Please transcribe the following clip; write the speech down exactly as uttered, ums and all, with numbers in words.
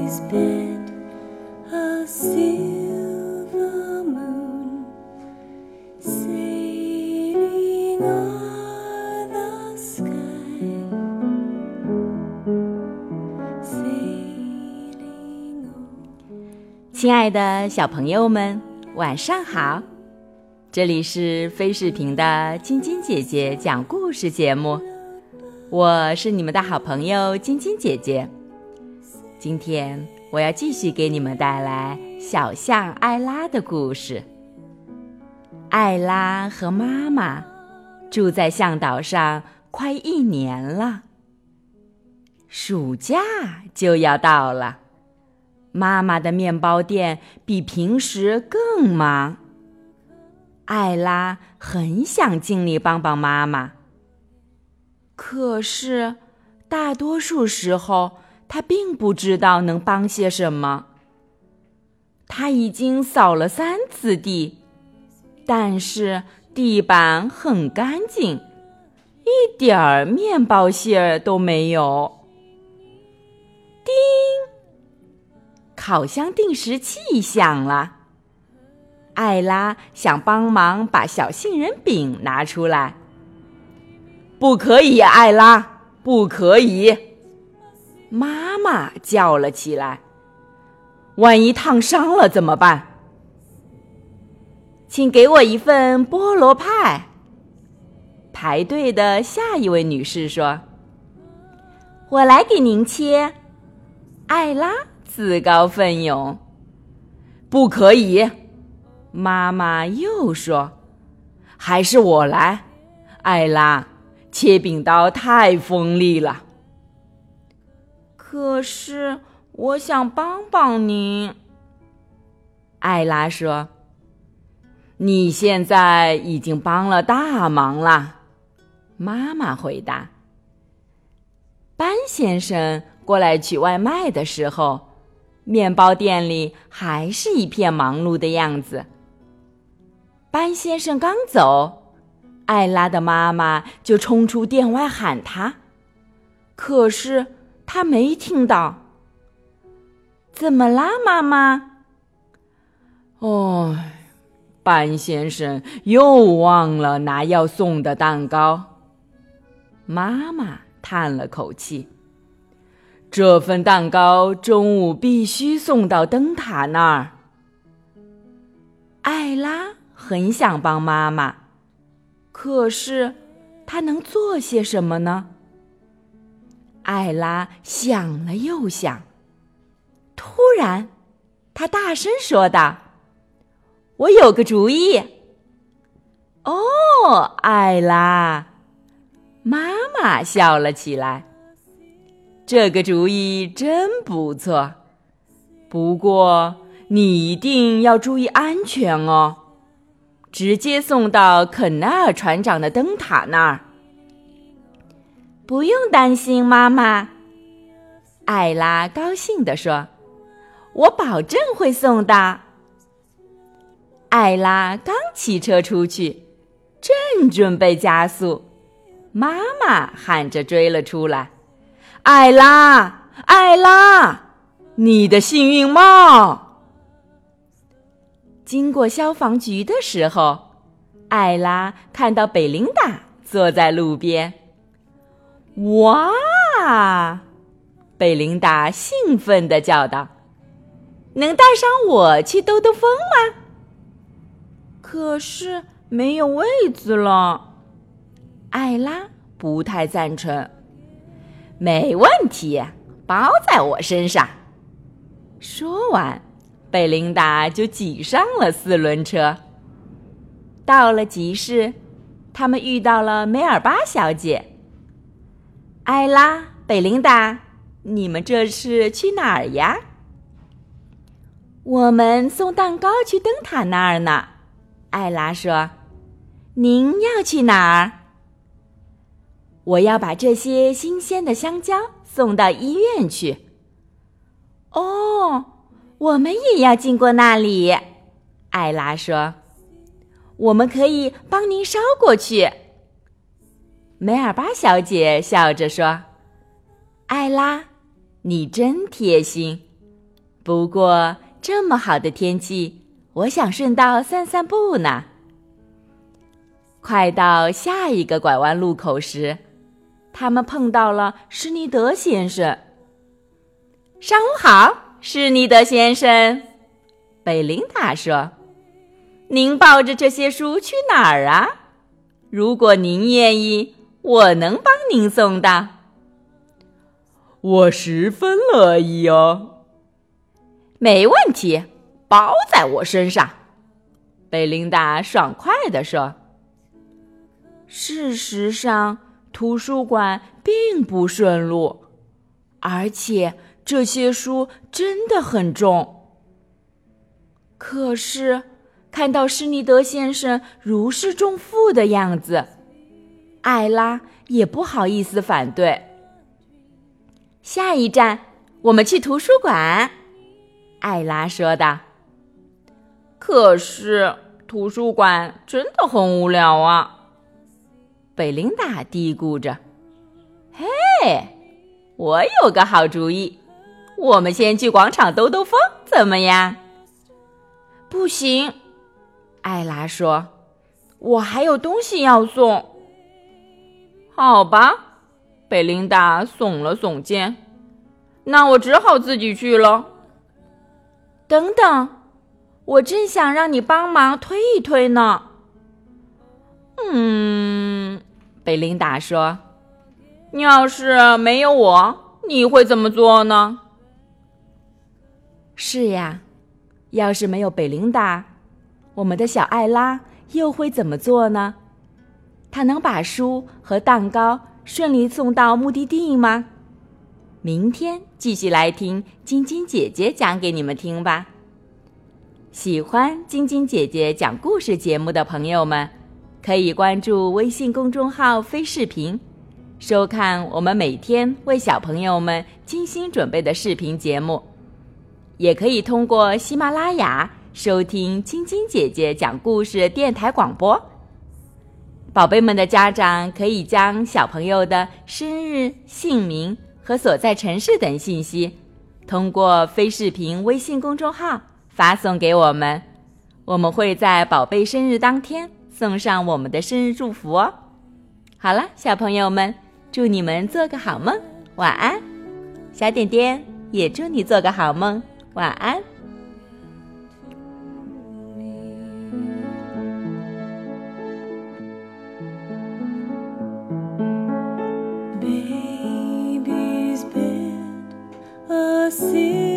always been a silver moon sailing o'er the sky, sailing o'er。 亲爱的小朋友们，晚上好！这里是飞视频的晶晶姐姐讲故事节目，我是你们的好朋友晶晶姐姐。今天我要继续给你们带来小象艾拉的故事。艾拉和妈妈住在象岛上快一年了，暑假就要到了，妈妈的面包店比平时更忙。艾拉很想尽力帮帮妈妈，可是大多数时候她并不知道能帮些什么。她已经扫了三次地，但是地板很干净，一点儿面包屑都没有。叮！烤箱定时器响了。艾拉想帮忙把小杏仁饼拿出来。不可以，艾拉，不可以！妈妈叫了起来。万一烫伤了怎么办？请给我一份菠萝派。排队的下一位女士说。我来给您切。艾拉自告奋勇。不可以！妈妈又说，还是我来，艾拉，切饼刀太锋利了。可是我想帮帮您。艾拉说，你现在已经帮了大忙了。妈妈回答。班先生过来取外卖的时候，面包店里还是一片忙碌的样子。班先生刚走，艾拉的妈妈就冲出店外喊他，可是他没听到。怎么啦，妈妈？哦，班先生又忘了拿要送的蛋糕。妈妈叹了口气。这份蛋糕中午必须送到灯塔那儿。艾拉很想帮妈妈，可是她能做些什么呢？艾拉想了又想，突然她大声说道，我有个主意。哦，艾拉，妈妈笑了起来。这个主意真不错，不过你一定要注意安全哦。直接送到肯奈尔船长的灯塔那儿。不用担心，妈妈。艾拉高兴地说，我保证会送到。艾拉刚骑车出去，正准备加速，妈妈喊着追了出来。艾拉，艾拉，你的幸运帽！经过消防局的时候，艾拉看到贝琳达坐在路边。哇！贝琳达兴奋地叫道：“能带上我去兜兜风吗？”可是没有位子了。艾拉不太赞成。没问题，包在我身上。说完，贝琳达就挤上了四轮车。到了集市，他们遇到了梅尔巴小姐。艾拉、贝琳达，你们这是去哪儿呀？我们送蛋糕去灯塔那儿呢。艾拉说，您要去哪儿？我要把这些新鲜的香蕉送到医院去。哦，我们也要经过那里。艾拉说，我们可以帮您捎过去。梅尔巴小姐笑着说，艾拉，你真贴心， 不过这么好的天气，我想顺道散散步呢。快到下一个拐弯路口时，他们碰到了施尼德先生。上午好，施尼德先生，贝琳达说，您抱着这些书去哪儿啊？如果您愿意，我能帮您送到。 我十分乐意哦。 没问题，包在我身上，贝琳达爽快地说。事实上，图书馆并不顺路，而且这些书真的很重。可是，看到施尼德先生如释重负的样子，艾拉也不好意思反对。下一站，我们去图书馆，艾拉说道。可是，图书馆真的很无聊啊。贝琳达嘀咕着。嘿，我有个好主意，我们先去广场兜兜风，怎么样？不行，艾拉说，我还有东西要送。好吧，贝琳达耸了耸肩，那我只好自己去了。等等，我正想让你帮忙推一推呢。嗯，贝琳达说，要是没有我，你会怎么做呢？是呀，要是没有贝琳达，我们的小艾拉又会怎么做呢？她能把书和蛋糕顺利送到目的地吗？明天继续来听晶晶姐姐讲给你们听吧。喜欢晶晶姐姐讲故事节目的朋友们，可以关注微信公众号飞视频，收看我们每天为小朋友们精心准备的视频节目。也可以通过喜马拉雅收听晶晶姐姐讲故事电台广播。宝贝们的家长可以将小朋友的生日、姓名和所在城市等信息通过飞视频微信公众号发送给我们，我们会在宝贝生日当天送上我们的生日祝福哦。好了，小朋友们，祝你们做个好梦，晚安。小点点也祝你做个好梦，晚安。 Baby's bed, a silver